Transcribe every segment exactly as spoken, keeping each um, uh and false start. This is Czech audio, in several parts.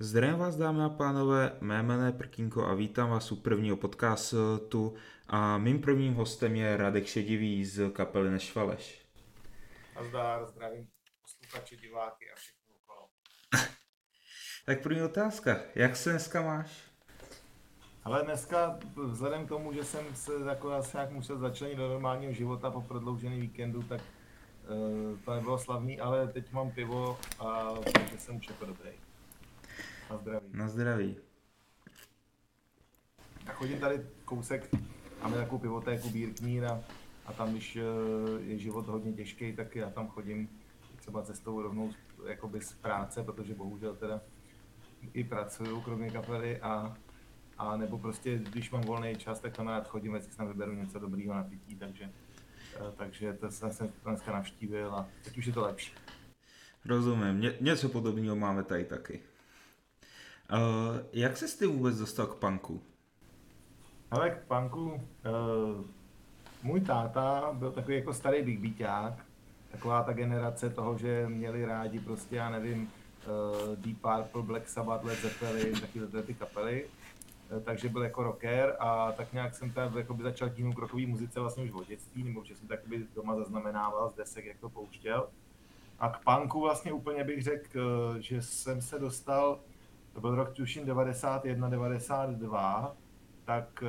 Zdravím vás, dámy a pánové, mé jméno je Prkínko a vítám vás u prvního podcastu a mým prvním hostem je Radek Šedivý z kapely Nešvaleš. Nazdar, zdravím posluchače, diváky a všechno okolo. Tak první otázka, jak se dneska máš? Ale dneska, vzhledem k tomu, že jsem se jako asi nějak musel začlenit do normálního života po prodloužený víkendu, tak uh, to nebylo slavný, ale teď mám pivo a takže jsem už jako dobrý. Na zdraví. Na zdraví. A chodím tady kousek, máme takovou pivotéku Beer Knír a, a tam, když uh, je život hodně těžký, tak já tam chodím třeba cestou rovnou jakoby z práce, protože bohužel teda i pracuju kromě kapely a A nebo prostě, když mám volný čas, tak tam rád chodím, vždycky si tam vyberu něco dobrýho na pití, takže, takže to jsem se dneska navštívil a teď už je to lepší. Rozumím, Ně, něco podobného máme tady taky. Uh, jak ses ty vůbec dostal k punku? Ale k punku, uh, můj táta byl takový jako starý big beaták, taková ta generace toho, že měli rádi prostě, já nevím, uh, Deep Purple, Black Sabbath, Led Zeppelin, takové ty kapely. Takže byl jako rocker a tak nějak jsem tam jakoby začal tíhnout k rockové muzice vlastně už od dětství, nebo že jsem tak doma zaznamenával z desek, jak to pouštěl. A k punku vlastně úplně bych řekl, že jsem se dostal, to byl rok tuším devadesát jedna devadesát dva, tak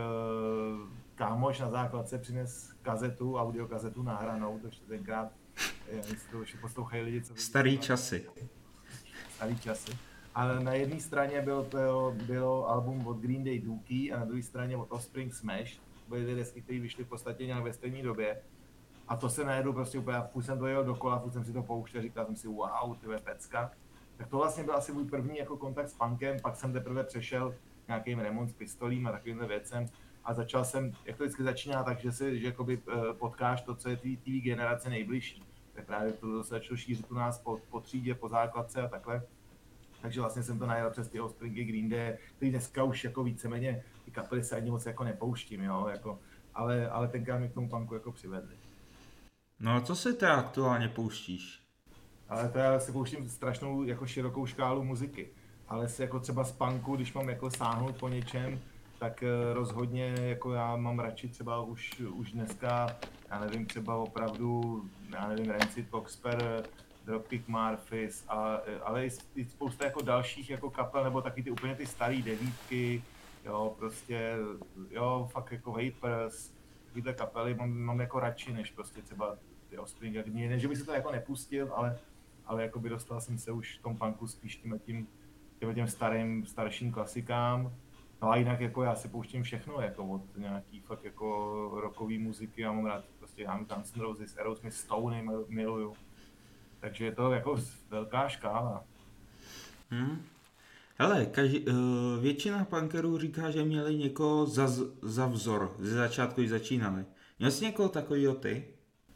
kámoš na základce přines kazetu, audiokazetu nahranou, takže tenkrát, já myslím, to už poslouchají lidi, co Starý časy. Starý časy. A na jedné straně byl to, bylo album od Green Day Dookie a na druhé straně od Offspring Smash. Byly dvě desky, které vyšly v podstatě nějak ve stejné době. A to se najednou prostě úplně, furt jsem to jel dokola, furt jsem si to pouštěl, říkal jsem si wow, ty je pecka. Tak to vlastně byl asi můj první jako kontakt s punkem, pak jsem teprve přešel nějakým remont s pistolím a takovýmhle věcem. A začal jsem, jak to vždycky začíná, takže si, že jakoby potkáš to, co je té generace nejbližší. Tak právě to se začalo šířit u nás po, po třídě, po základce a takhle. Takže vlastně jsem to najel přes ty Offspringy, Green Day, který dneska už jako víceméně ty kapely se ani moc jako nepouštím, jo, jako, ale, ale tenkrát mě k tomu punku jako přivedli. No a co se teda aktuálně pouštíš? Ale to já si pouštím strašnou jako širokou škálu muziky, ale si jako třeba z punku, když mám jako sáhnout po něčem, tak rozhodně jako já mám radši třeba už, už dneska, já nevím, třeba opravdu, já nevím, Rancid, Coxper, Dropkick Murphys, a, ale i, i spousta jako dalších jako kapel, nebo taky ty úplně ty starý devítky, jo, prostě, jo, fakt jako Vapors, takovýhle kapely mám, mám jako radši, než prostě třeba ty Offspring, ne, že bych se to jako nepustil, ale, ale jako by dostal jsem se už v tom punku spíš tím, tím, tím, tím starým, starším klasikám. No a jinak jako já si pouštím všechno, jako od nějaký fakt jako rockový muziky, já mám rád prostě, já mám Guns N' Roses, Aerosmith, Stony miluju. Takže je to jako velká škála. Hmm? Hele, každý, uh, většina punkerů říká, že měli někoho za, za vzor, ze začátku, když začínali. Měl jsi někoho takovýho ty?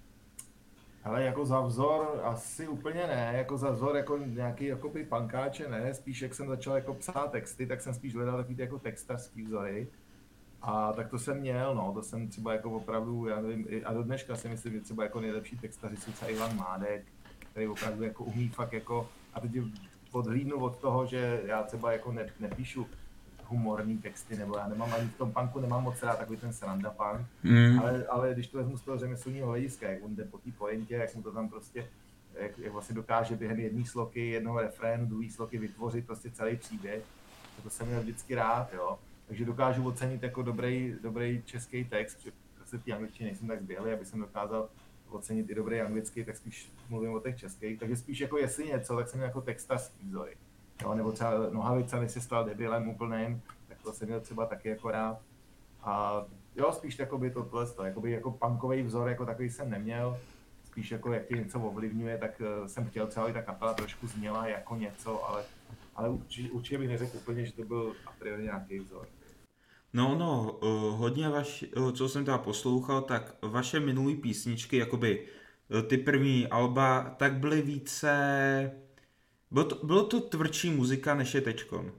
Ale jako za vzor asi úplně ne, jako za vzor jako nějaký jakoby punkáče ne, spíš jak jsem začal jako psát texty, tak jsem spíš hledal takový ty jako textařský vzory. A tak to jsem měl, no, to jsem třeba jako opravdu, já nevím, a do dneška si myslím, že třeba jako nejlepší textaři jsou třeba Ivan Mádek, který opravdu jako umí fakt jako, a teď odhlídnu od toho, že já třeba jako ne, nepíšu humorní texty, nebo já nemám ani v tom punku, nemám moc rád takový ten sranda punk, mm. ale, ale když to vezmu z toho řemeslného hlediska, jak on jde po té pointě, jak mu to tam prostě, jak, jak vlastně dokáže během jedné sloky, jednoho refrénu, druhé sloky vytvořit prostě celý příběh, to jsem měl vždycky rád, jo. Takže dokážu ocenit jako dobrý, dobrý český text, že prostě ty angličtiny nejsem tak zběhlý, aby jsem dokázal ocenit i dobrý anglický, tak spíš mluvím o těch českých, takže spíš jako jestli něco, tak jsem měl jako textařský vzory. Jo, nebo třeba Nohavica, než se stal debilem úplným, tak to jsem měl třeba taky jako rád. A jo, spíš takoby to tohle, jakoby jako punkový vzor, jako takový jsem neměl, spíš jako jak tě něco ovlivňuje, tak jsem chtěl třeba i ta kapela trošku zněla jako něco, ale, ale určitě, určitě bych neřekl úplně, že to byl a priori nějaký vzor. No, no, uh, hodně vaš, uh, co jsem teda poslouchal, tak vaše minulý písničky, jakoby uh, ty první alba, tak byly více, bylo to, bylo to tvrdší muzika, než je teďkon.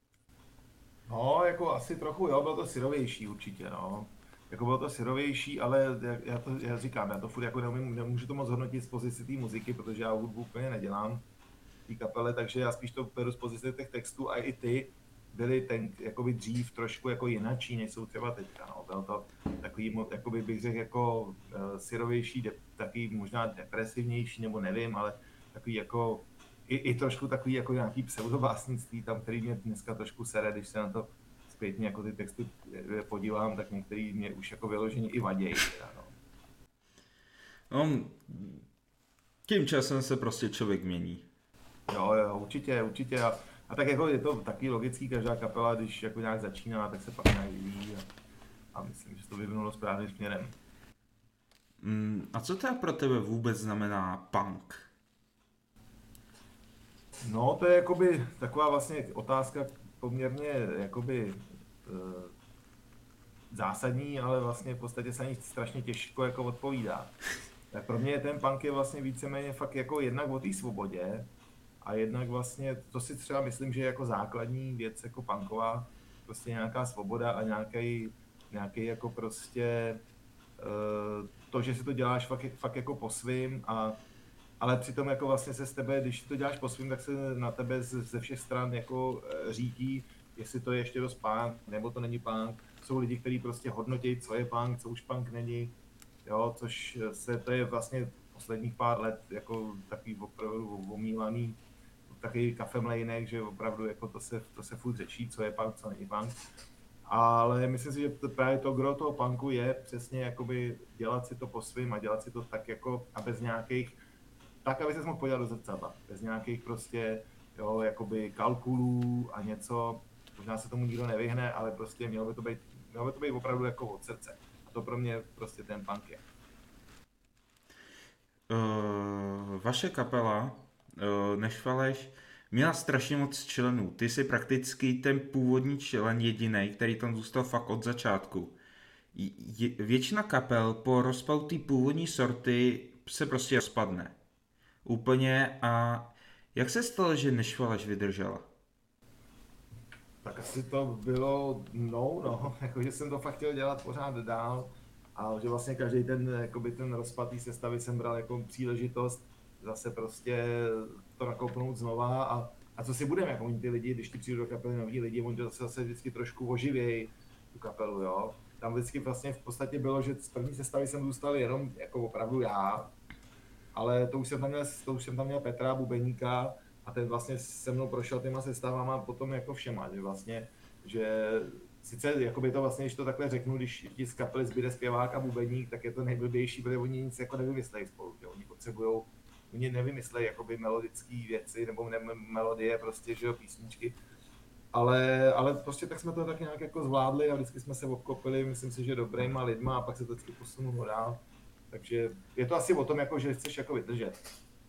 No, jako asi trochu, jo, bylo to syrovější určitě, no. Jako bylo to syrovější, ale já, já to já říkám, já to furt jako neumím, nemůžu to moc hodnotit z pozice té muziky, protože já hudbu úplně nedělám. té kapele, takže já spíš to beru z pozice těch textů a i ty byly ten, jakoby dřív trošku jako jinačí, než jsou třeba teďka, no. Bylo to takový, jakoby bych řekl, jako uh, syrovější, de, taky možná depresivnější, nebo nevím, ale takový jako, i, i trošku takový jako nějaký pseudobásnictví tam, který mě dneska trošku sere, když se na to zpětně jako ty texty podívám, tak některý mě už jako vyloženě i vadějí. No. No, tím časem se prostě člověk mění. Jo, jo, určitě, určitě. A, a tak jako je to taky logický, každá kapela, když jako nějak začíná, tak se pak nějak vyvíjí. A, a myslím, že to vyvinulo správným směrem. Mm, a co teda pro tebe vůbec znamená punk? No, to je jakoby taková vlastně otázka poměrně jakoby e, zásadní, ale vlastně v podstatě se ani strašně těžko jako odpovídá. Tak pro mě ten punk je vlastně víceméně fakt jako jednak o té svobodě a jednak vlastně, to si třeba myslím, že je jako základní věc jako punková, prostě nějaká svoboda a nějaký, nějaký jako prostě uh, to, že si to děláš fakt, fakt jako po svým, a, ale přitom jako vlastně se z tebe, když to děláš po svým, tak se na tebe ze, ze všech stran jako řídí, jestli to je ještě dost punk, nebo to není punk. Jsou lidi, kteří prostě hodnotí, co je punk, co už punk není. Jo, což se, to je vlastně posledních pár let jako takový opravdu omílaný, takový kafemlejnek, že opravdu jako to se, to se furt řečí, co je punk, co není punk. Ale myslím si, že to, právě to gro toho punku je přesně jakoby dělat si to po svým a dělat si to tak jako a bez nějakých, tak aby se mohl podívat do zrcadla, bez nějakých prostě, jo, jakoby kalkulů a něco, možná se tomu nikdo nevyhne, ale prostě mělo by to být, mělo by to být opravdu jako od srdce. A to pro mě prostě ten punk je. Uh, vaše kapela, uh, Nešvaleš, měla strašně moc členů. Ty jsi prakticky ten původní člen jediný, který tam zůstal fakt od začátku. Je, většina kapel po rozpadu té původní sorty se prostě rozpadne. Úplně. A jak se stalo, že Nešvaleš vydržela? Tak asi to bylo mnou, no, jakože jsem to fakt chtěl dělat pořád dál a že vlastně každý ten, jakoby ten rozpad té sestavy jsem bral jako příležitost zase prostě to nakoupnout znova a, a co si budeme, jako oni ty lidi, když ti přijdu do kapely noví lidi, oni to zase, zase vždycky trošku oživějí tu kapelu, jo. Tam vždycky vlastně v podstatě bylo, že z první sestavy jsem zůstal jenom jako opravdu já, ale to už jsem tam měl, to už jsem tam měl Petra Bubeníka, a ten vlastně se mnou prošel těma sestavama potom jako všema, že vlastně, že sice jakoby to vlastně, když to takhle řeknu, když ti z kapely zbyde zpěvák a bubeník, tak je to nejblbější, protože oni nic jako nevymyslejí spolu, že oni potřebujou, oni nevymyslejí jakoby melodické věci nebo ne, melodie prostě, že jo, písničky, ale, ale prostě tak jsme to tak nějak jako zvládli a vždycky jsme se obklopili, myslím si, že dobrýma lidma a pak se to vždycky posunulo dál, takže je to asi o tom, jako, že chceš jako vydržet.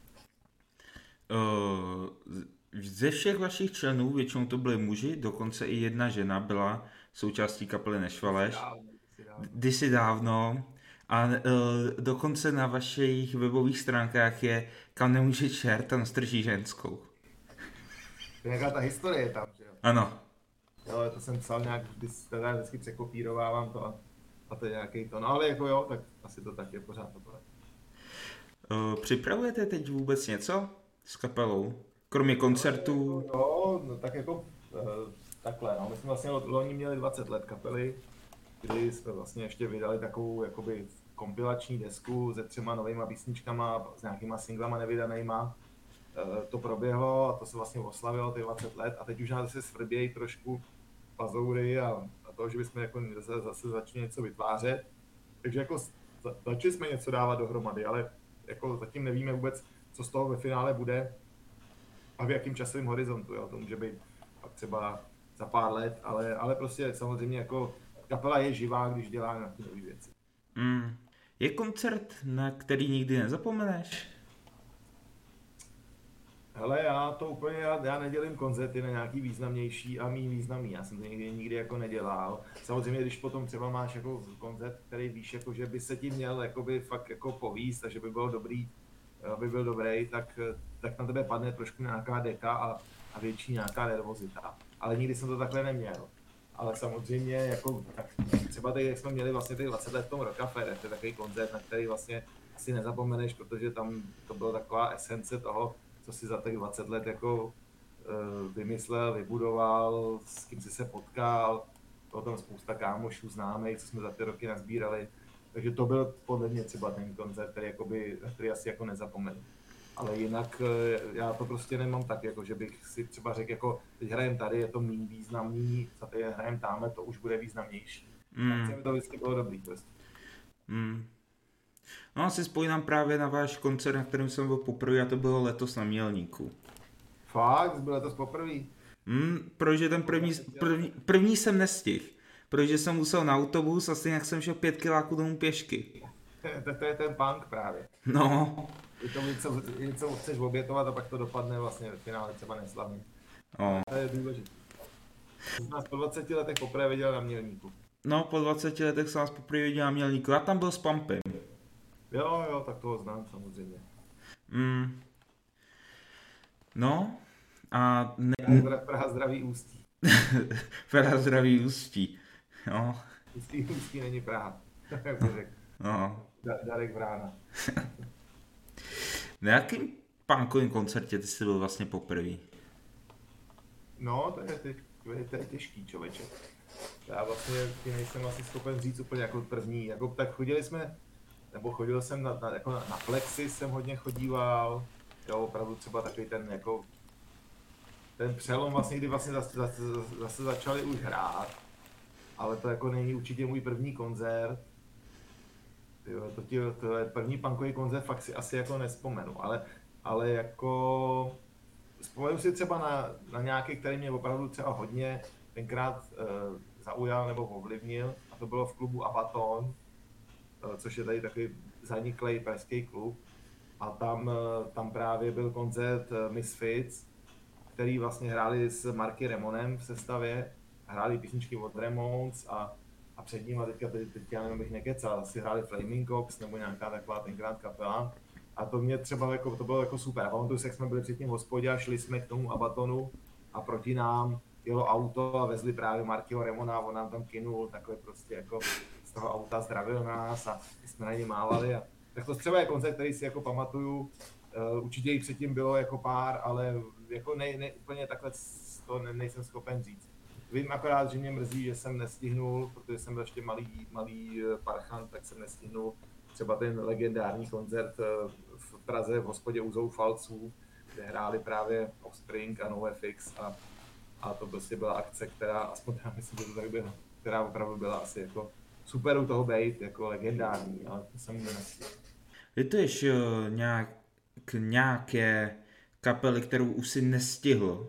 Uh, ze všech vašich členů, většinou to byli muži, dokonce i jedna žena byla součástí kapely Nešvaleš. Kdysi dávno. A uh, dokonce na vašich webových stránkách je kam nemůže čert, tam strží ženskou. To je nějaká ta historie tam, že jo? Ano. Jo, to jsem psal nějak, teda vždycky překopírovávám to a, a to je nějaký to. No ale jako jo, tak asi to tak je pořád to bude. Uh, připravujete teď vůbec něco s kapelou? Kromě koncertů? No, jo, no, tak jako uh, takhle, no. My jsme vlastně loni měli dvacet let kapely, kdy jsme vlastně ještě vydali takovou jakoby kompilační desku se třema novýma písničkama, s nějakýma singlama nevydanýma. Uh, to proběhlo a to se vlastně oslavilo ty dvacet let a teď už nás zase svrbějí trošku pazoury a, a to, že bychom jako zase, zase začali něco vytvářet. Takže jako za, začali jsme něco dávat dohromady, ale jako zatím nevíme vůbec, co z toho ve finále bude a v jakým časovém horizontu, jo, to může být pak třeba za pár let, ale, ale prostě samozřejmě jako kapela je živá, když dělá nějaké nové věci. Mm. Je koncert, na který nikdy nezapomeneš? Hele, já to úplně, já, já nedělím koncerty na nějaký významnější a méně významný, já jsem to nikdy, nikdy jako nedělal. Samozřejmě, když potom třeba máš jako koncert, který víš, jako, že by se ti měl jakoby fakt jako povíst a že by bylo dobrý, aby byl dobrý, tak, tak na tebe padne trošku nějaká deka a, a větší nějaká nervozita. Ale nikdy jsem to takhle neměl. Ale samozřejmě, jako, tak třeba teď, jak jsme měli vlastně ty dvacet let v tom Rockafere, to je takový koncert, na který vlastně si nezapomeneš, protože tam to byla taková esence toho, co si za těch dvacet let jako vymyslel, vybudoval, s kým si se potkal, bylo tam spousta kámošů známých, co jsme za ty roky nazbírali. Takže to byl podle mě třeba ten koncert, který, jakoby, který asi jako nezapomenu. Ale jinak já to prostě nemám tak, jako, že bych si třeba řekl, jako teď hrajem tady, je to méně významný, za teď hrajem tamhle, to už bude významnější. Mm. Tak mi to vždycky bylo dobrý prostě. Mm. No, si spojím právě na váš koncert, na kterém jsem byl poprvé, a to bylo letos na Mělníku. Fakt? Byl letos poprvé? Mm, protože ten první, první, první jsem nestihl. Protože jsem musel na autobus a stejně jak jsem šel pět kiláků domů pěšky. Tak to je ten punk právě. No. Je to něco, něco chceš obětovat a pak to dopadne vlastně v finále třeba neslavně. No. To je důležité. Jsem nás po dvaceti letech poprvé viděl na Mělníku. No, po dvaceti letech jsem nás poprvé viděl na Mělníku. Já tam byl s Pampem. Jo, jo, tak toho znám samozřejmě. Mm. No. A ne... Praha zdraví Ústí. Praha zdraví Ústí. No. Ústí, Ústí není Praha. Jak bych řekl. No. Da, Darek Vrána. Na jakým punkovým koncertě ty jsi byl vlastně poprvé? No, to je, to, je, to je těžký, člověče. Já vlastně ty nejsem asi schopen říct úplně jako první. Jako, tak chodili jsme, nebo chodil jsem na, na, jako na, na Plexi, jsem hodně chodíval. Jo, opravdu třeba takový ten jako ten přelom vlastně, kdy vlastně zase, zase, zase začali už hrát. Ale to jako není určitě můj první koncert. Jo, to, tě, to je první punkový koncert, fakt si asi jako nespomenu, ale, ale jako vzpomenu si třeba na, na nějaký, který mě opravdu třeba hodně tenkrát e, zaujal nebo ovlivnil, a to bylo v klubu Abaton, e, což je tady takový zaniklý pražský klub, a tam, e, tam právě byl koncert e, Misfits, který vlastně hráli s Marky Ramonem v sestavě, hráli písničky od Ramones a A před ním, a teďka, teď, teď já nevím, bych nekecal, si hráli Flaming Cops nebo nějaká taková tenkrát kapela. A to mě třeba jako, to bylo jako super. A pamatuju se, jak jsme byli předtím v hospodě a šli jsme k tomu Abatonu a proti nám jelo auto a vezli právě Markyho Ramona a on nám tam kynul takhle prostě jako z toho auta, zdravil nás a jsme na něj mávali. A, tak to třeba je koncert, který si jako pamatuju. Uh, určitě jich předtím bylo jako pár, ale jako ne, ne, úplně takhle to ne, nejsem schopen říct. Vím akorát, že mě mrzí, že jsem nestihnul, protože jsem byl ještě malý, malý parchant, tak jsem nestihnul třeba ten legendární koncert v Praze v hospodě u Zoufalců, kde hráli právě Offspring a NoFX a, a to prostě byla akce, která, aspoň já myslím, že to tak bylo, která opravdu byla asi jako super u toho bejt, jako legendární, ale to jsem nestihl. Je to ještě nějak, nějaké kapely, kterou už si nestihl?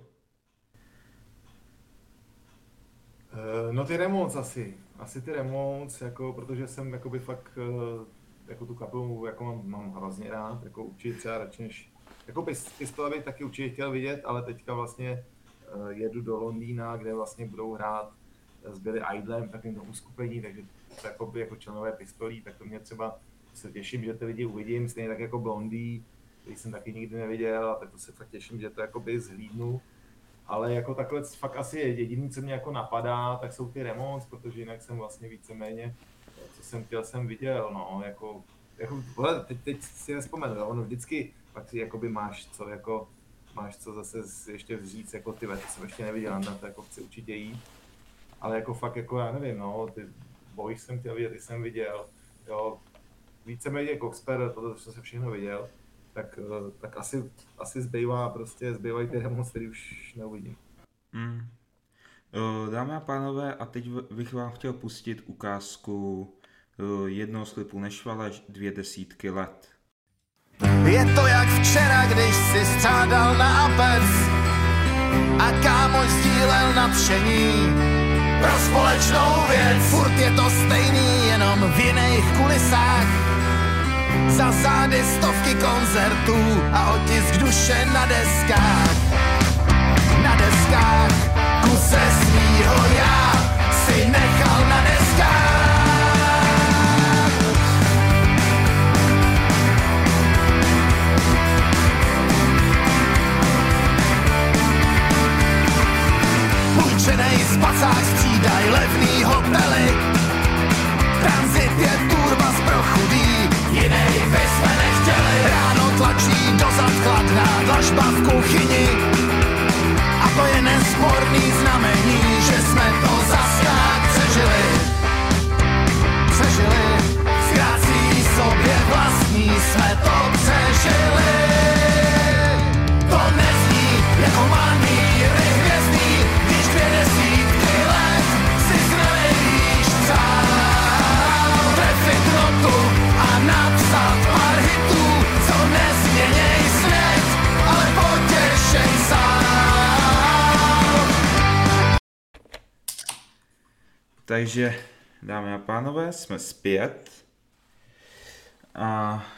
No ty Ramones asi, asi ty Ramones, jako, protože jsem jakoby fakt jako tu kapelu jako mám, mám hrozně rád, jako určitě třeba radši než, jako Pistola bych taky určitě chtěl vidět, ale teďka vlastně uh, jedu do Londýna, kde vlastně budou hrát s Billy Idolem, takovým to uskupení, takže to jakoby jako členové Pistolí, tak to mě třeba se těším, že ty lidi uvidím, stejně tak jako Blondie, který jsem taky nikdy neviděl, a tak to se fakt těším, že to jakoby zhlídnu. Ale jako takhle fakt asi jediný, co mě jako napadá, tak jsou ty Ramones, protože jinak jsem vlastně víceméně, co jsem chtěl, jsem viděl, no, jako, jako teď, teď si nespomenu, jo, ono vždycky pak si jakoby máš co, jako, máš co zase ještě říct, jako ty, to jsem ještě neviděl, na to jako chci určitě jít, ale jako fakt, jako já nevím, no, ty Boys jsem chtěl vidět, ty jsem viděl, jo, víceméně Coxper, to, co jsem všechno viděl, tak, tak asi, asi zbývá prostě, zbývají ty Ramones, který už neuvidím. Mm. Dámy a pánové, a teď bych vám chtěl pustit ukázku jednoho z klipů Nešvale dvě desítky let. Je to jak včera, když si střádal na apec a kámoš sdílel nadšení pro společnou věc. Furt je to stejný, jenom v jiných kulisách. Za zády stovky koncertů a otisk duše na deskách. Na deskách kuse svýho já si nechal na deskách. Půjčenej spacák střídaj levný hotely. Transit je turbas pro chudý, jinej bychom nechtěli. Ráno tlačí dozad chladná dlažba v kuchyni. A to je nesporný znamení, že jsme to zas nějak přežili. Přežili, ztrácí sobě vlastní, jsme to přežili. To nezní jako manýry hvězdný, když dvě desítky let si znelejíš přál. Trefit notu a napsat pár hitů, co nezměněj svět, ale potěšej sám. Takže, dámy a pánové, jsme zpět. A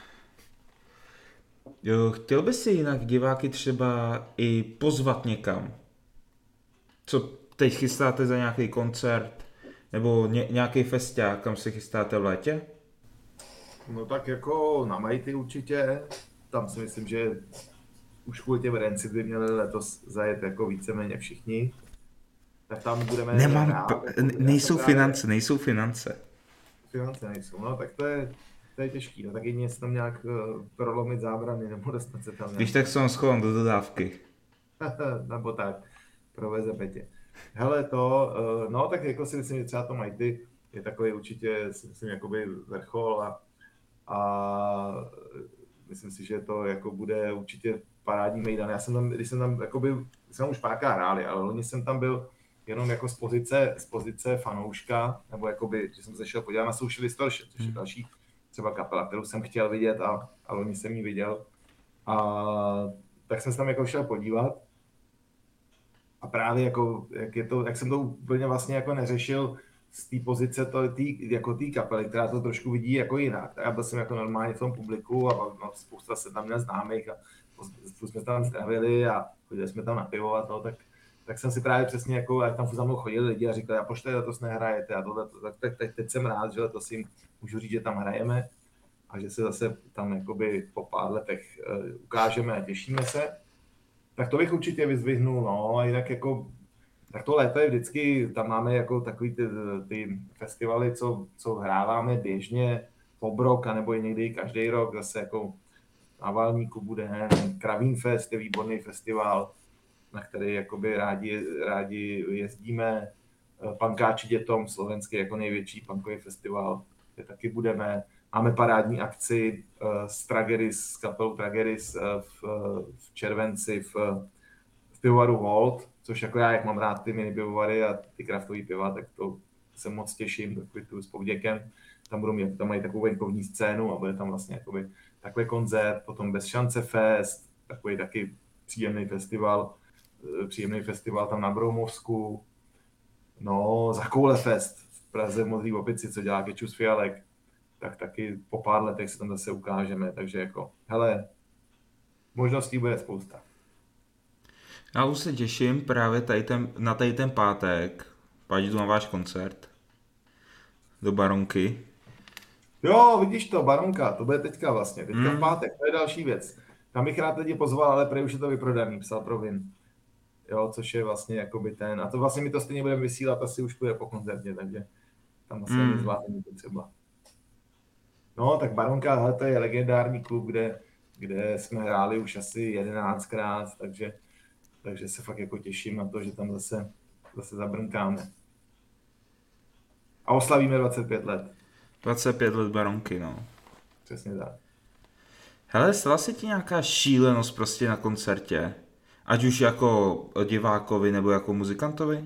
jo, chtěl by si jinak diváky třeba i pozvat někam? Co teď chystáte za nějaký koncert? Nebo ně, nějaký festiák, kam se chystáte v létě? No tak jako na Mighty určitě, tam si myslím, že už kvůli těm Rancid by měli letos zajet jako víceméně všichni. Tak tam budeme Nemám, hrát, p- jako, nejsou právě, finance, nejsou finance. Finance nejsou, no tak to je, to je těžký, no tak jedině se tam nějak uh, prolomit zábrany, nebo dostat se tam nějak. Když tak se vám schovám do dodávky. Nebo tak, proveze Petě. Hele to, uh, no tak jako si myslím, že třeba to Mighty je takový určitě, si myslím, jakoby vrchol a, a myslím si, že to jako bude určitě parádní mejdan. Já jsem tam, když jsem tam, jakoby, jsem tam už párkrát hráli, ale loni jsem tam byl jenom jako z pozice, z pozice fanouška, nebo jakoby, že jsem se šel podívat na Social Distortion, což je další třeba kapela, kterou jsem chtěl vidět a, a loni jsem ji viděl. A tak jsem se tam jako šel podívat. A právě jako, jak, je to, jak jsem to úplně vlastně jako neřešil z té pozice to, tý, jako té kapely, která to trošku vidí jako jinak. Tak já byl jsem jako normálně v tom publiku a no, spousta se tam měl známých a spousta jsme tam zdravili a chodili jsme tam na pivo a to, tak, tak jsem si právě přesně jako, jak tam za mnou chodili lidi a říkali, a proč tady letos nehrajete a tohle, tak, tak teď, teď jsem rád, že letos jim můžu říct, že tam hrajeme a že se zase tam jakoby po pár letech uh, ukážeme a těšíme se. Tak to bych určitě vyzvihnul, no, a jinak jako, tak to léto je vždycky, tam máme jako takový ty, ty festivaly, co, co hráváme běžně, Pobrok, anebo i někdy každý rok, zase jako na Valníku bude, Kravín Fest je výborný festival, na který jakoby rádi, rádi jezdíme, Pankáči dětom, slovenský jako největší punkový festival, kde taky budeme. Máme parádní akci uh, s Trageris, s kapelou Trageris uh, v, v červenci v, v pivovaru Volt, což jako já, jak mám rád ty mini pivovary a ty kraftový piva, tak to se moc těším, takový tu s Povděkem. Tam, budou mít, tam mají takovou venkovní scénu a bude tam vlastně jakoby takový koncert, potom Bez šance fest, takový taky příjemný festival, příjemný festival tam na Broumovsku. No, Zakoule fest v Praze v Modrý opici, co dělá Kečus Fialek, tak taky po pár letech se tam zase ukážeme, takže jako, hele, možností bude spousta. Já už se těším právě tady ten, na tady ten pátek, pojď na váš koncert do Baronky. Jo, vidíš to, Baronka, to bude teďka vlastně, teďka Hmm. v pátek, to je další věc. Tam bych rád lidi pozval, ale prej už je to vyprodaný, psal Provin. Jo, což je vlastně jakoby ten, a to vlastně mi to stejně budeme vysílat, asi už bude po koncertě, takže tam vlastně Hmm. hmm. zvát není potřeba. No, tak Baronka, hele, to je legendární klub, kde, kde jsme hráli už asi jedenáctkrát, takže, takže se fakt jako těším na to, že tam zase, zase zabrnkáme. A oslavíme dvacet pět let. dvacet pět let Baronky, no. Přesně tak. Hele, stala se ti nějaká šílenost prostě na koncertě? Ať už jako divákovi nebo jako muzikantovi?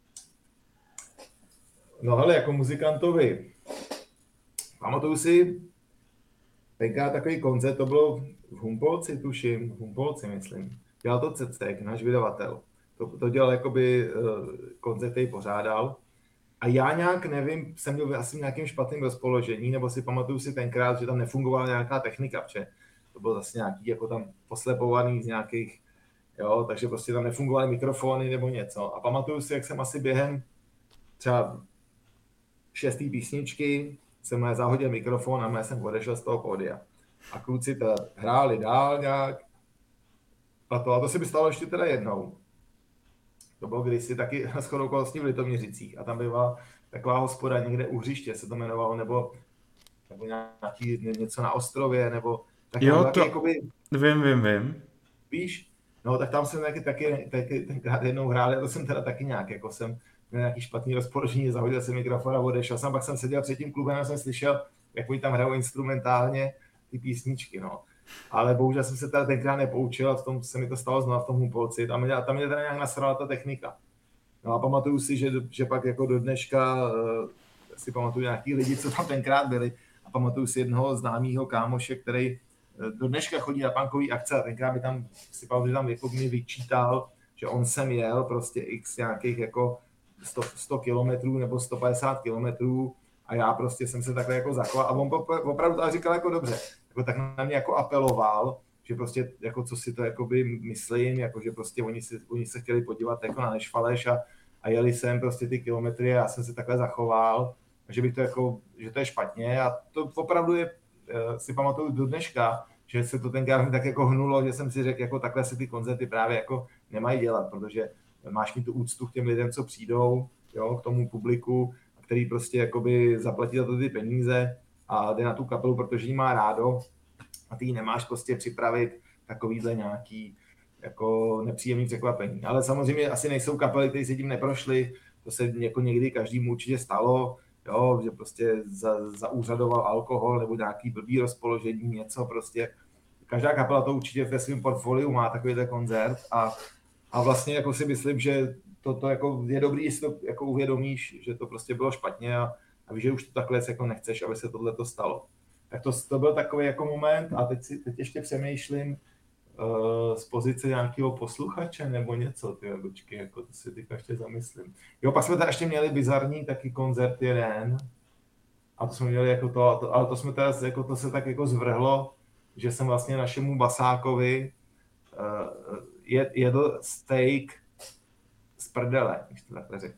No hele, jako muzikantovi, pamatuju si, tenkrát takový koncert, to bylo v Humpolci, tuším, v Humpolci, myslím. Dělal to Cecek, náš vydavatel. To, to dělal jakoby uh, koncert, který pořádal. A já nějak nevím, jsem měl asi nějakým špatným rozpoložení, nebo si pamatuju si tenkrát, že tam nefungovala nějaká technika, protože to bylo zase nějaký jako tam poslepovaný z nějakých, jo, takže prostě tam nefungovaly mikrofony nebo něco. A pamatuju si, jak jsem asi během třeba šestý písničky jsem mu zahodil mikrofon a já jsem odešel z toho pódia. A kluci teda hráli dál nějak. A to, a to se by stalo ještě teda jednou. To bylo kdysi taky shodou okolností v Litoměřicích. A tam byla taková hospoda někde u hřiště, se to jmenovalo, nebo, nebo nějaký, něco na ostrově, nebo Tak Jo, tam taky to jakoby, vím, vím, vím. víš, no tak tam jsem taky, taky, taky tenkrát jednou hrál, já to jsem teda taky nějak, jako jsem měl nějaký špatný rozpoložení, zahodil jsem mikrofon a odešel jsem, pak jsem seděl před tím klubem a jsem slyšel, jak oni tam hrajou instrumentálně ty písničky, no. Ale bohužel jsem se teda tenkrát nepoučil a v tom se mi to stalo znovu v tom Humpolci, tam mě, tam mě teda nějak nasrala ta technika. No a pamatuju si, že, že pak jako do dneška uh, si pamatuju nějaký lidi, co tam tenkrát byli a pamatuju si jednoho známého kámoše, který do dneška chodí na punkový akce a tenkrát mi tam, si pamatuju, že tam jako mi vyčítal, že on sem jel prostě x nějakých jako sto, sto kilometrů nebo sto padesát kilometrů a já prostě jsem se takhle jako zachoval a on opravdu to říkal jako dobře, jako tak na mě jako apeloval, že prostě jako co si to jakoby myslím, jako že prostě oni, si, oni se chtěli podívat jako na Nešvaleš a, a jeli sem prostě ty kilometry a já jsem se takhle zachoval, že bych to jako, že to je špatně a to opravdu je, si pamatuju do dneška, že se to tenkrát tak jako hnulo, že jsem si řekl, jako takhle se ty koncerty právě jako nemají dělat, protože máš mít tu úctu k těm lidem, co přijdou, jo, k tomu publiku, který prostě jakoby zaplatí za to ty peníze a jde na tu kapelu, protože jí má rádo a ty jí nemáš prostě připravit takovýhle nějaký jako nepříjemný překvapení. Ale samozřejmě asi nejsou kapely, které se tím neprošly, to se jako někdy každému určitě stalo, jo, že prostě za, zaúřadoval alkohol nebo nějaký blbý rozpoložení, něco prostě. Každá kapela to určitě ve svém portfoliu má takovýhle koncert a, a vlastně jako si myslím, že to, to jako je dobrý, jestli to jako uvědomíš, že to prostě bylo špatně a, a víš, že už to takhle jako nechceš, aby se tohle stalo. Tak to, to byl takový jako moment a teď, si, teď ještě přemýšlím uh, z pozice nějakého posluchače nebo něco, ty počkej, jako to si teďka ještě zamyslím. Jo, pak jsme tady ještě měli bizarní taky koncert jeden a to jsme měli jako to, to ale to jsme teda, jako to se tak jako zvrhlo, že jsem vlastně našemu basákovi uh, jed, jedl steak z prdele, když to takhle řeknu.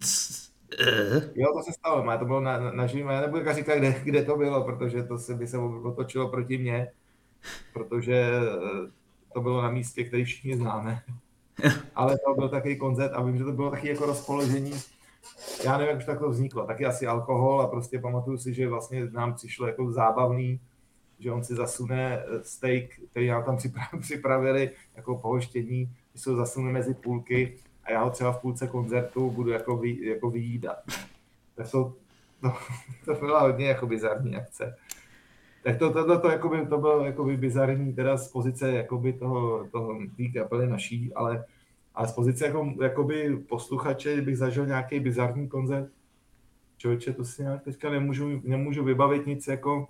Jo, to se stalo, má to bylo na, na, na živým, já nebudu říkat, kde, kde to bylo, protože to se by se otočilo proti mně, protože to bylo na místě, který všichni známe. Ale to byl takový koncert a vím, že to bylo taky jako rozpoložení. Já nevím, jak už tak to vzniklo, taky asi alkohol a prostě pamatuju si, že vlastně nám přišlo jako zábavný, že on si zasune steak, který nám tam připravili jako pohoštění, že se ho zasune mezi půlky a já ho třeba v půlce koncertu budu jako, vy, jako vyjídat. Tak to, to, to byla hodně jako bizarní akce. Tak to, to, to, to, jakoby, to bylo jakoby bizarní teda z pozice jakoby toho, toho té kapely naší, ale, ale z pozice jako, jakoby posluchače bych zažil nějaký bizarní koncert. Člověče, to si nějak teďka nemůžu, nemůžu vybavit nic jako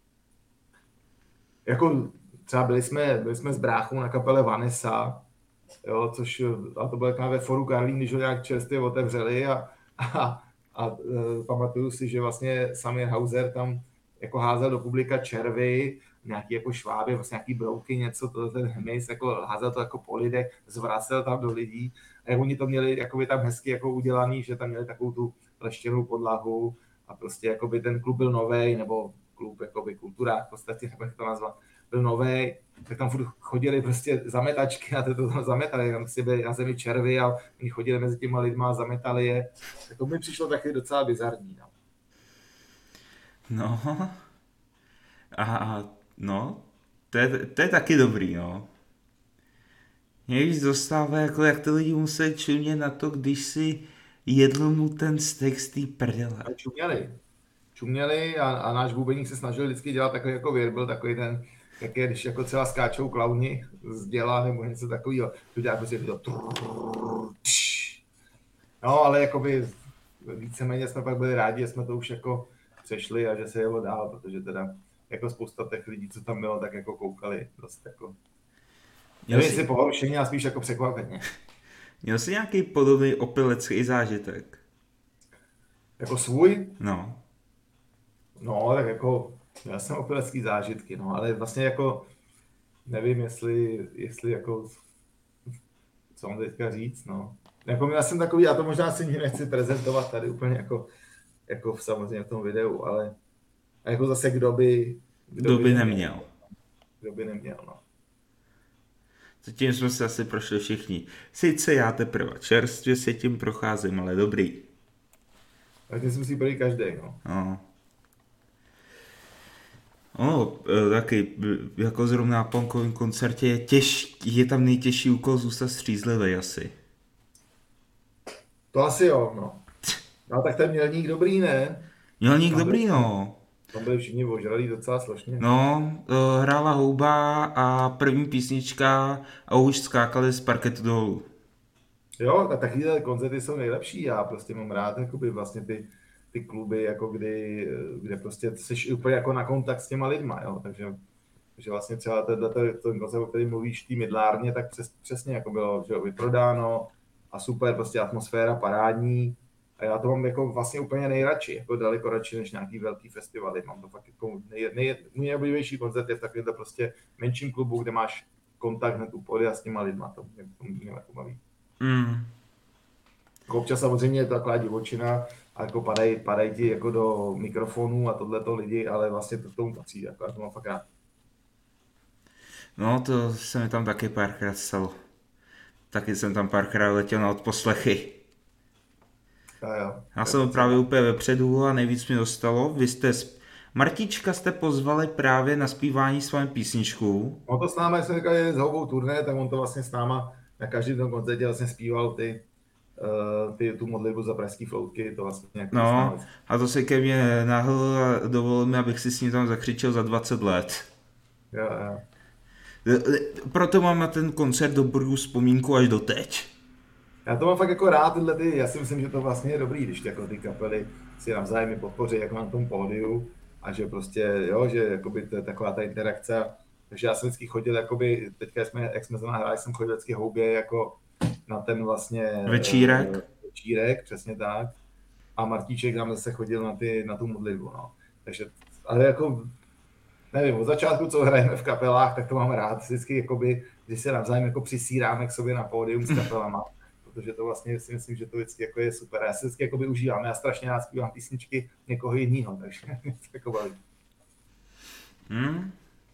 jako třeba byli jsme, byli jsme s bráchou na kapele Vanessa, jo, což, a to bylo jako ve Foru Karlín, když ho nějak čerstvě otevřeli a, a, a e, pamatuju si, že vlastně Samir Hauser tam jako házel do publika červy, nějaký jako šváby, vlastně nějaký brouky, něco, to, ten hmyz, jako házel to jako po lidech, zvracel tam do lidí a jak oni to měli jakoby tam hezky jako udělaný, že tam měli takovou tu leštěnou podlahu a prostě jakoby ten klub byl novej, nebo klub jakoby kulturák v podstatě, nebo jak to nazvat, byl novej, tak tam furt chodili prostě zametačky a to, to tam zametali, tam si byli na zemi červy a oni chodili mezi těma lidma a zametali je. Tak to mi přišlo taky docela bizarní. No, no. A no, to je, to je taky dobrý, no. Mě víc dostává, jako jak ty lidi museli čumět na to, když si jedl mu ten steak z té prdele. A čuměli. Čuměli a, a náš bubeník se snažil vždycky dělat takový jako virbl, takový ten, jak je, když jako třeba skáčou klauni z děla nebo něco takového. To dělá prostě to. No, ale jakoby víceméně jsme pak byli rádi, že jsme to už jako přešli a že se jelo dál, protože teda jako spousta těch lidí, co tam bylo, tak jako koukali dost jako. Nevím, jestli pohoršení a spíš jako překvapeně. Měl jsi nějaký podobný opilecký zážitek? Jako svůj? No. No, tak jako, já jsem opilecký zážitky, no, ale vlastně jako, nevím, jestli, jestli jako, co mám teďka říct, no. Jako já jsem takový, já to možná si nechci prezentovat tady úplně jako, jako v, samozřejmě v tom videu, ale jako zase kdo by, kdo, kdo by, by neměl. neměl. Kdo by neměl, no. Zatím jsme se asi prošli všichni. Sice já teprve čerstvě se tím procházím, ale dobrý. Tak ty si musí projít každý, no. No. No, e, taky, e, jako zrovna na punkovém koncertě je, těž, je tam nejtěžší úkol zůstat střízlivý asi. To asi jo, no. No tak ten Mělník dobrý, ne? Mělník Tam dobrý, byli- no. Tam byli všichni ožralí docela složně. No, e, hrála houba a první písnička a už skákali z parketu dolů. Jo, a takovýhle koncerty jsou nejlepší. Já prostě mám rád jakoby vlastně ty, ty kluby, jako kdy, kde prostě jsi úplně jako na kontakt s těma lidma, jo. Takže, takže vlastně třeba tenhle ten koncert, o kterém mluvíš, tý Mydlárně, tak přes, přesně jako bylo, že jo, vyprodáno a super, prostě atmosféra parádní. A já to mám jako vlastně úplně nejradši, jako daleko radši než nějaký velký festivaly. Mám to fakt jako nej, nej, můj nejoblíbenější koncert je v takovémhle prostě menším klubu, kde máš kontakt hned u podia s těma lidma. To mě, to mě jako baví. Mm. Jako občas samozřejmě je to taková divočina a jako padají, padají ti jako do mikrofonů a tohleto lidi, ale vlastně to k tomu patří, jako já to mám fakt rád. No, to se mi tam taky párkrát stalo. Taky jsem tam párkrát letěl na odposlechy. A jo. Já jsem právě úplně vepředu a nejvíc mi dostalo. Vy jste, s- Martička jste pozvali právě na zpívání svém písničku. On to s náma, jak jsem říkal, je z houbou turné, tak on to vlastně s náma na každém tom koncertě vlastně zpíval ty, uh, ty, tu modlitbu za pražský floutky, to vlastně jako s No, náma. a to se ke mně nahl a dovolil mi, abych si s ním tam zakřičel za dvacet let. Jo, jo. Proto mám na ten koncert dobrou vzpomínku až doteď. Já to mám fakt jako rád, tyhle ty, já si myslím, že to vlastně je dobrý, když jako ty kapely si navzájem podpoří jako na tom pódiu a že prostě, jo, že jakoby to je taková ta interakce. Takže já jsem vždycky chodil, jakoby, teďka jsme, jak jsme zrovna hráli, jsem chodil vždycky houbě jako na ten vlastně Večírek. eh, večírek, přesně tak. A Martíček tam zase chodil na, ty, na tu modlitbu, no. Takže, ale jako, nevím, od začátku, co hrajeme v kapelách, tak to mám rád. Vždycky, jakoby, když se navzájem jako přisíráme k sobě na pódium s kapelama, protože to vlastně si myslím, že to vždycky jako je super. Já si vždycky jakoby užívám, já strašně rád zpívám písničky někoho jiného, takže mě to jako baví. Hmm?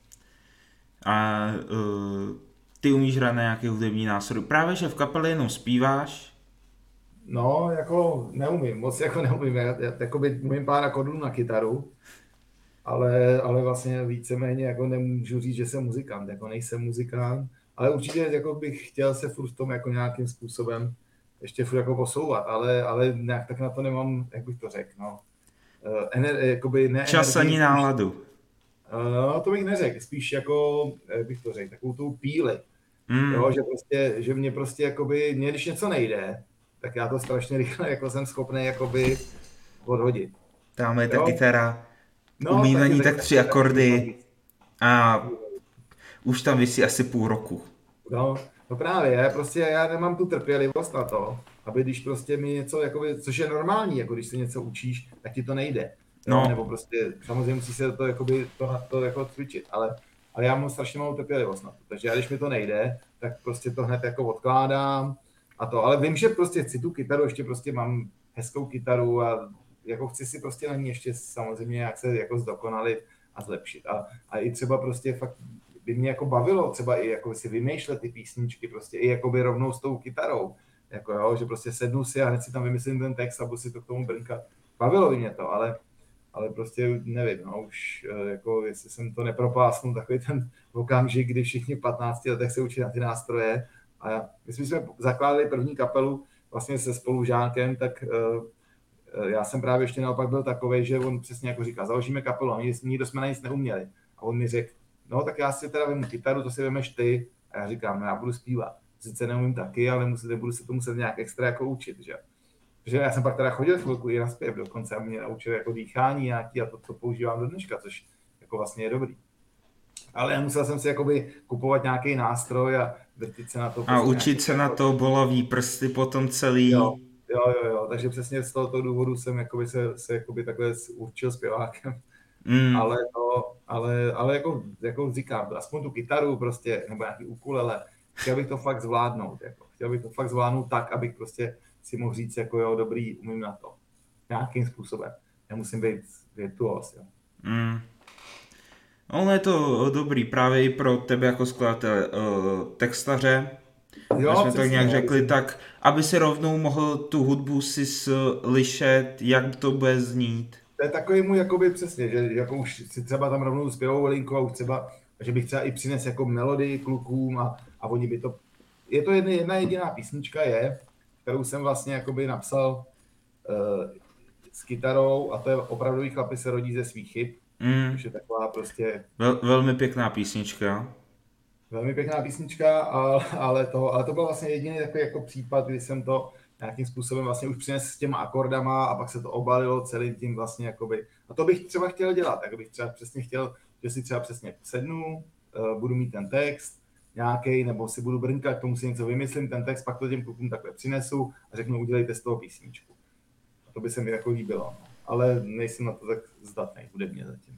A uh, ty umíš hrát na nějaký hudební nástroj. Právě, že v kapele jenom zpíváš. No, jako neumím, moc jako neumím. Já, já jakoby umím pár akordů na kytaru, ale, ale vlastně víceméně jako nemůžu říct, že jsem muzikant, jako nejsem muzikant, ale určitě jako bych chtěl se furt v tom jako nějakým způsobem ještě furt jako posouvat, ale, ale nějak tak na to nemám, jak bych to řekl, no. Uh, ener, jakoby ne Čas energii, ani náladu. No, to bych neřekl, spíš jako, jak bych to řekl, takovou tu píli. Hmm. Jo, že prostě, že mě prostě jakoby, mě když něco nejde, tak já to strašně rychle jako jsem schopný jakoby odhodit. Tam je ta Jo. kytara. No, Umí na taky- ní taky- tak tři taky- akordy a už tam visí asi půl roku. No, no právě, já prostě já nemám tu trpělivost na to, aby když prostě mi něco, jakoby, což je normální, jako když se něco učíš, tak ti to nejde. No. No. Nebo prostě, samozřejmě musí se to, jakoby, to, na to jako cvičit, ale, ale já mám strašně malou trpělivost na to. Takže já, když mi to nejde, tak prostě to hned jako odkládám a to. Ale vím, že prostě chci tu kytaru, ještě prostě mám hezkou kytaru a jako chci si prostě na ní ještě samozřejmě jak se jako zdokonalit a zlepšit. A, a i třeba prostě fakt by mě jako bavilo třeba i jako si vymýšlet ty písničky prostě i jakoby rovnou s tou kytarou. Jako jo, že prostě sednu si a hned si tam vymyslím ten text a budu si to k tomu brnkat. Bavilo by mě to, ale, ale prostě nevím, no už jako jestli jsem to nepropásnul, takový ten okamžik, kdy všichni v patnácti letech se učí na ty nástroje. A já, my jsme zakládali první kapelu vlastně se spolužákem, tak uh, já jsem právě ještě naopak byl takovej, že on přesně jako říká, založíme kapelu a nikdo jsme na nic neuměli. A on mi řekl, no tak já si teda vemu kytaru, to si vemeš ty. A já říkám, no já budu zpívat. Sice neumím taky, ale musíte, budu se to muset nějak extra jako učit, že? Protože já jsem pak teda chodil chvilku i na zpěv dokonce a mě naučil jako dýchání nějaký a to, co používám do dneška, což jako vlastně je dobrý. Ale já musel jsem si jakoby kupovat nějaký nástroj a vrtit se na to. A učit se na to bolavý prsty potom celý. Jo, jo, jo, jo. Takže přesně z tohoto důvodu jsem jakoby se, se jakoby takhle určil zpěvákem. Mm. Ale, to, ale, ale jako, jako říkám, aspoň tu kytaru prostě, nebo nějaký ukulele, chtěl bych to fakt zvládnout. Jako. Chtěl bych to fakt zvládnout tak, abych prostě si mohl říct, jako jo, dobrý, umím na to. Nějakým způsobem. Nemusím být virtuos, jo. Mm. Ono je to dobrý právě i pro tebe jako skladatele, uh, textaře. Jo, jsme tak nějak no, řekli, tak aby si rovnou mohl tu hudbu si slyšet, jak to bude znít. to je takový můj, jakoby přesně, že jako už si třeba tam rovnou zpěvou linku a už třeba, že bych třeba i přines jako melodii klukům a, a oni by to, je to jedna, jedna jediná písnička je, kterou jsem vlastně jakoby napsal uh, s kytarou a to je Opravdový chlapi se rodí ze svých chyb, Mm. což je taková prostě... Vel, velmi pěkná písnička. Velmi pěkná písnička, ale, ale, to, ale to byl vlastně jediný takový jako případ, kdy jsem to nějakým způsobem vlastně už přinesl s těma akordama a pak se to obalilo celým tím vlastně jakoby. A to bych třeba chtěl dělat, tak bych třeba přesně chtěl, že si třeba přesně sednu, uh, budu mít ten text nějaký, nebo si budu brnkat, k tomu si něco vymyslím, ten text, pak to těm klukům takhle přinesu a řeknu, udělejte z toho písničku. A to by se mi jako líbilo, no. Ale nejsem na to tak zdatný, hudebně zatím.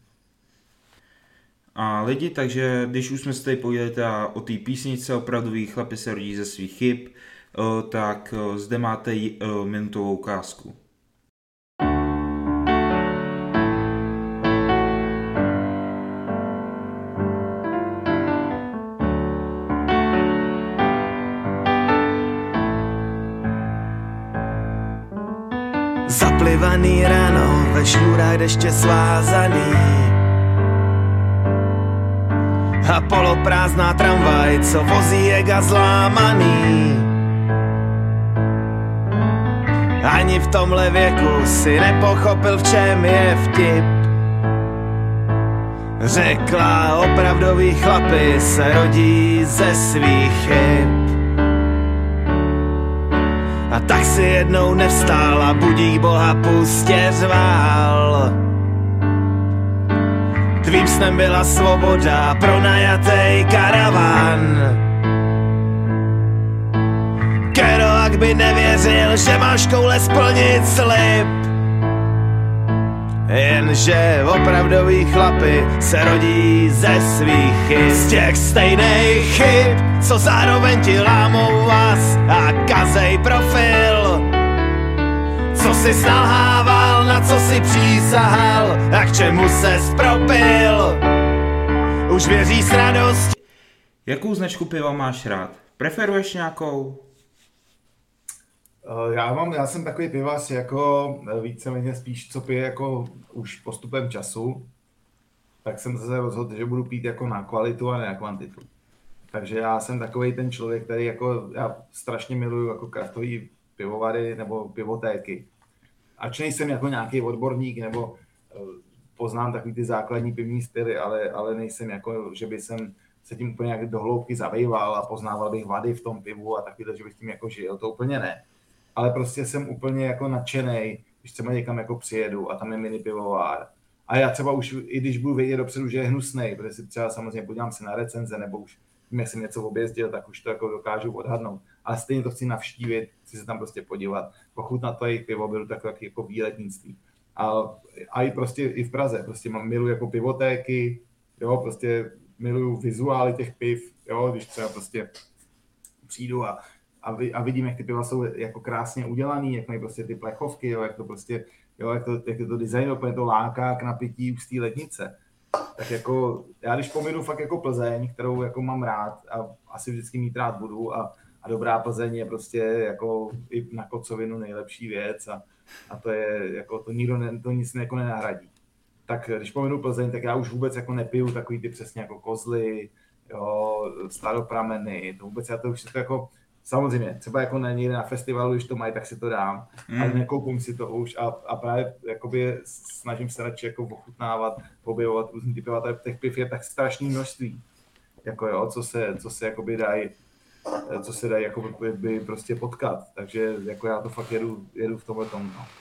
A lidi, takže když už jsme se tady pověděli o té písničce Opravdový chlapi se rodí ze svých chyb, tak zde máte minutovou ukázku. Zaplivaný ráno, ve šňůrách deště svázaný a poloprázdná tramvaj, co vozí ega zlámaný. Ani v tomhle věku si nepochopil, v čem je vtip. Řekla, opravdoví chlapi se rodí ze svých chyb. A tak si jednou nevstál a budík Boha pustě řval. Tvým snem byla svoboda, pronajatej karavan. Kerouac by nevěřil, že máš koule splnit slib. Jenže opravdoví chlapi se rodí ze svých chyb. Z těch stejných chyb, co zároveň ti lámou vás a kazej profil. Co si snalhával, na co si přísahal a k čemu ses propil. Už věří s radostí. Jakou značku piva máš rád? Preferuješ nějakou? Já mám, já jsem takový pivař jako víceméně spíš, co pije jako už postupem času, tak jsem se rozhodl, že budu pít jako na kvalitu a ne na kvantitu. Takže já jsem takový ten člověk, který jako, já strašně miluju jako kraftový pivovary nebo pivotéky. Ač nejsem jako nějaký odborník nebo poznám takový ty základní pivní styly, ale, ale nejsem jako, že by jsem se tím úplně nějak do hloubky zabýval a poznával bych vady v tom pivu a takovýhle, že bych tím jako žil, to úplně ne. Ale prostě jsem úplně jako nadšenej, když třeba někam jako přijedu a tam je mini pivovár. A já třeba už, i když budu vědět dopředu, že je hnusnej, protože si třeba samozřejmě podívám se na recenze, nebo už tím, jak jsem něco objezdil, tak už to jako dokážu odhadnout. Ale stejně to chci navštívit, chci se tam prostě podívat, pochutnat to jejich pivo, beru takové jako výletnictví. A, a i prostě i v Praze, prostě mám, miluji jako pivotéky, jo, prostě miluju vizuály těch piv, jo, když třeba prostě přijdu a A, vy, a vidím, jak ty piva jsou jako krásně udělaný, jak mají prostě ty plechovky, jo, jak to prostě, jo, jak to, jak to design úplně to láká k napití už z té lednice. Tak jako, já když pominu fakt jako Plzeň, kterou jako mám rád a asi vždycky mít rád budu a, a dobrá Plzeň je prostě jako i na kocovinu nejlepší věc a, a to je jako, to nikdo ne, to nic jako nenahradí. Tak když pominu Plzeň, tak já už vůbec jako nepiju takový ty přesně jako kozly, jo, staroprameny, to vůbec já to už to jako. Samozřejmě, třeba jako na někde na festivalu, když to mají, tak si to dám, mm. ale nekoupím si to už a, a právě jakoby snažím se radši jako ochutnávat, objevovat různý typy, a těch piv je tak strašné množství, jako jo, co se, co se jakoby dají, co se dají jako by, by prostě potkat, takže jako já to fakt jedu, jedu v tomhle tomu, no.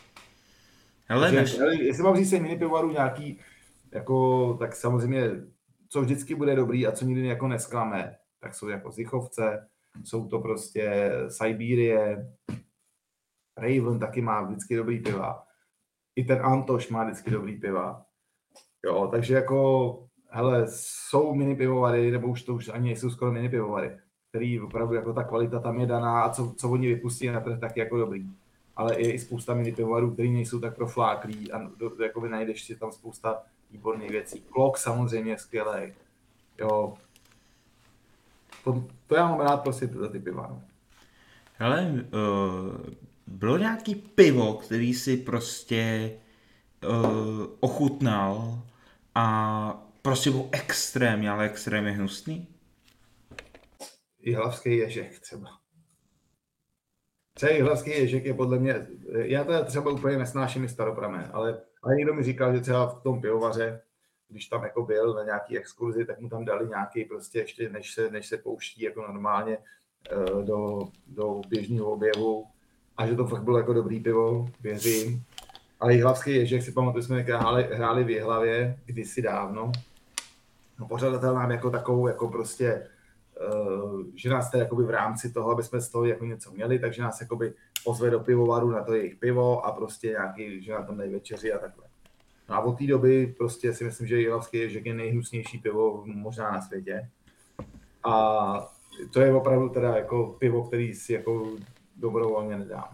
Hele, takže, než... ale jestli mám říct mini pivovarů nějaký, jako, tak samozřejmě, co vždycky bude dobrý a co nikdy jako nesklame, tak jsou jako Zichovce, jsou to prostě Siberie, Raven taky má vždycky dobrý piva. I ten Antoš má vždycky dobrý piva. Jo, takže jako, hele, jsou mini pivovary, nebo už to už ani nejsou skoro mini pivovary, který opravdu jako ta kvalita tam je daná a co, co oni vypustí na trh, tak je jako dobrý. Ale je i spousta mini pivovarů, který nejsou tak profláklí a do, jakoby najdeš si tam spousta výborných věcí. Klok samozřejmě je skvělej. Jo, To, to já mám rád prostě tyhle ty piva. No. Hele, uh, bylo nějaký pivo, který si prostě uh, ochutnal a prostě byl extrémně, ale extrémně hnusný? Jihlavský ježek třeba. Třeba jihlavský ježek je podle mě, já to třeba úplně nesnáším i staropramen, ale, ale někdo mi říkal, že třeba v tom pivovaře, když tam jako byl na nějaký exkurzi, tak mu tam dali nějaký prostě ještě, než se, než se pouští jako normálně do, do běžného oběhu a že to fakt bylo jako dobrý pivo, věřím. Ale jihlavský ježek si pamatuju, jsme hráli, hráli v Jihlavě kdysi dávno. No, pořadatel nám jako takovou, jako prostě, uh, že nás to jakoby v rámci toho, aby jsme z toho jako něco měli, takže nás jakoby pozve do pivovaru na to jejich pivo a prostě nějaký, že na tom dají večeři a takhle. No a od té doby prostě si myslím, že jihlavský ježek je nejhnusnější pivo možná na světě. A to je opravdu teda jako pivo, který si jako dobrovolně nedám.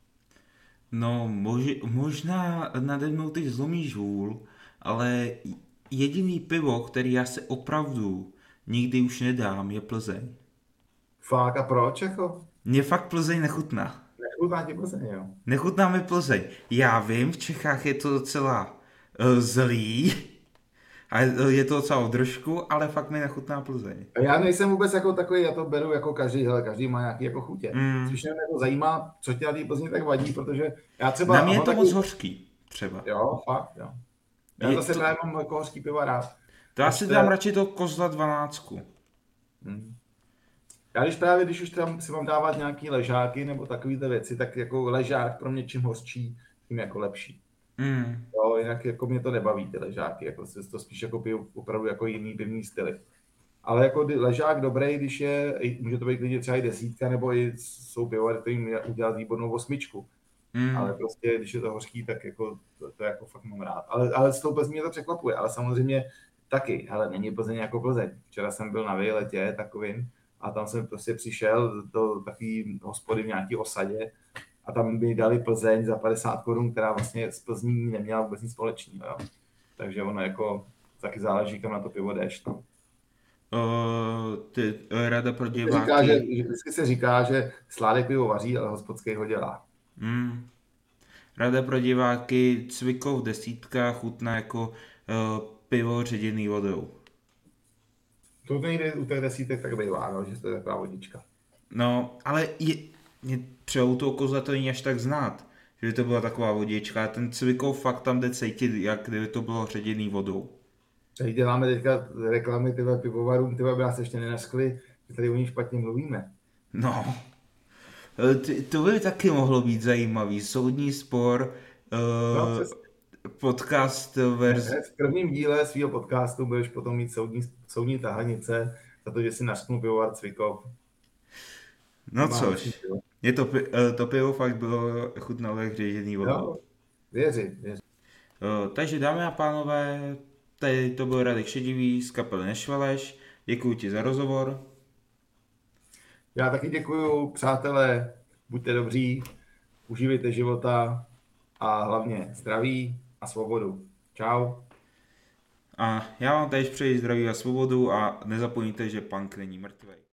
No, mož, možná nade mnou teď zlomíš hůl, ale jediný pivo, který já se opravdu nikdy už nedám, je Plzeň. Fakt, a proč jako? Mně fakt Plzeň nechutná. Nechutná ti Plzeň, jo? Nechutná mi Plzeň. Já vím, v Čechách je to docela uh, zlý, a je to docela o držku, ale fakt mi nechutná Plzeň. A já nejsem vůbec jako takový, já to beru jako každý, hele, každý má nějaký jako chutě. Mm. Spíš mě to zajímá, co tě na té Plzni tak vadí, protože já třeba... Na mě je to taky... moc hořký, třeba. Jo, fakt, jo. Já je zase to... mám jako hořký piva rád. To já si dám radši to Kozla dvanáctku. Hmm. Já když právě, když už tam si mám dávat nějaký ležáky nebo takovýhle věci, tak jako ležák pro mě čím hořčí, tím jako lepší. Mm. Jo, jinak jako mě to nebaví ty ležáky, jako se to spíš jako piju opravdu jako jiný pivní styly. Ale jako ležák dobrý, když je, může to být klidně třeba i desítka, nebo i jsou pivovary, který udělat výbornou osmičku. Mm. Ale prostě, když je to hořký, tak jako to, to jako fakt mám rád. Ale, ale s tou Plzní mě to překvapuje, ale samozřejmě taky, ale není Plzeň jako Plzeň. Včera jsem byl na výletě takovým a tam jsem prostě přišel do takový hospody v nějaký osadě a tam mi dali Plzeň za padesát korun, která vlastně s Plzní neměla vůbec nic společného. Jo. Takže ono jako taky záleží, kam na to pivo jdeš. No. Uh, ty, uh, rada pro diváky. Říká, že, vždycky se říká, že Sládek pivo vaří, ale hospodský ho dělá. Mm. Rada pro diváky, Cvikov desítka chutná jako uh, pivo ředěný vodou. To někdy u těch desítek tak bývá, no, že to je taková vodička. No, ale je, je třeba u toho Kozla to není až tak znát, že by to byla taková vodička, a ten Cvikov fakt tam jde cítit, jak kdyby to bylo ředěný vodou. Tady děláme teďka reklamy tyhle pivovarům, tyhle by nás ještě nenaskli, že tady o nich špatně mluvíme. No, Ty, to by taky mohlo být zajímavý. Soudní spor, uh, no, podcast verze. V prvním díle svého podcastu budeš potom mít soudní, soudní tahanice za to, že si nařknul pivovar Cvikov. No což, je to, to pivo fakt bylo chutnalo jak ředěný vodou. No, věřím, věřím. Uh, takže dámy a pánové, tady to byl Radek Šedivý z kapely Nešvaleš. Děkuji ti za rozhovor. Já taky děkuju, přátelé, buďte dobří, užívejte života a hlavně zdraví a svobodu. Čau. A já vám tady přeji zdraví a svobodu a nezapomeňte, že punk není mrtvej.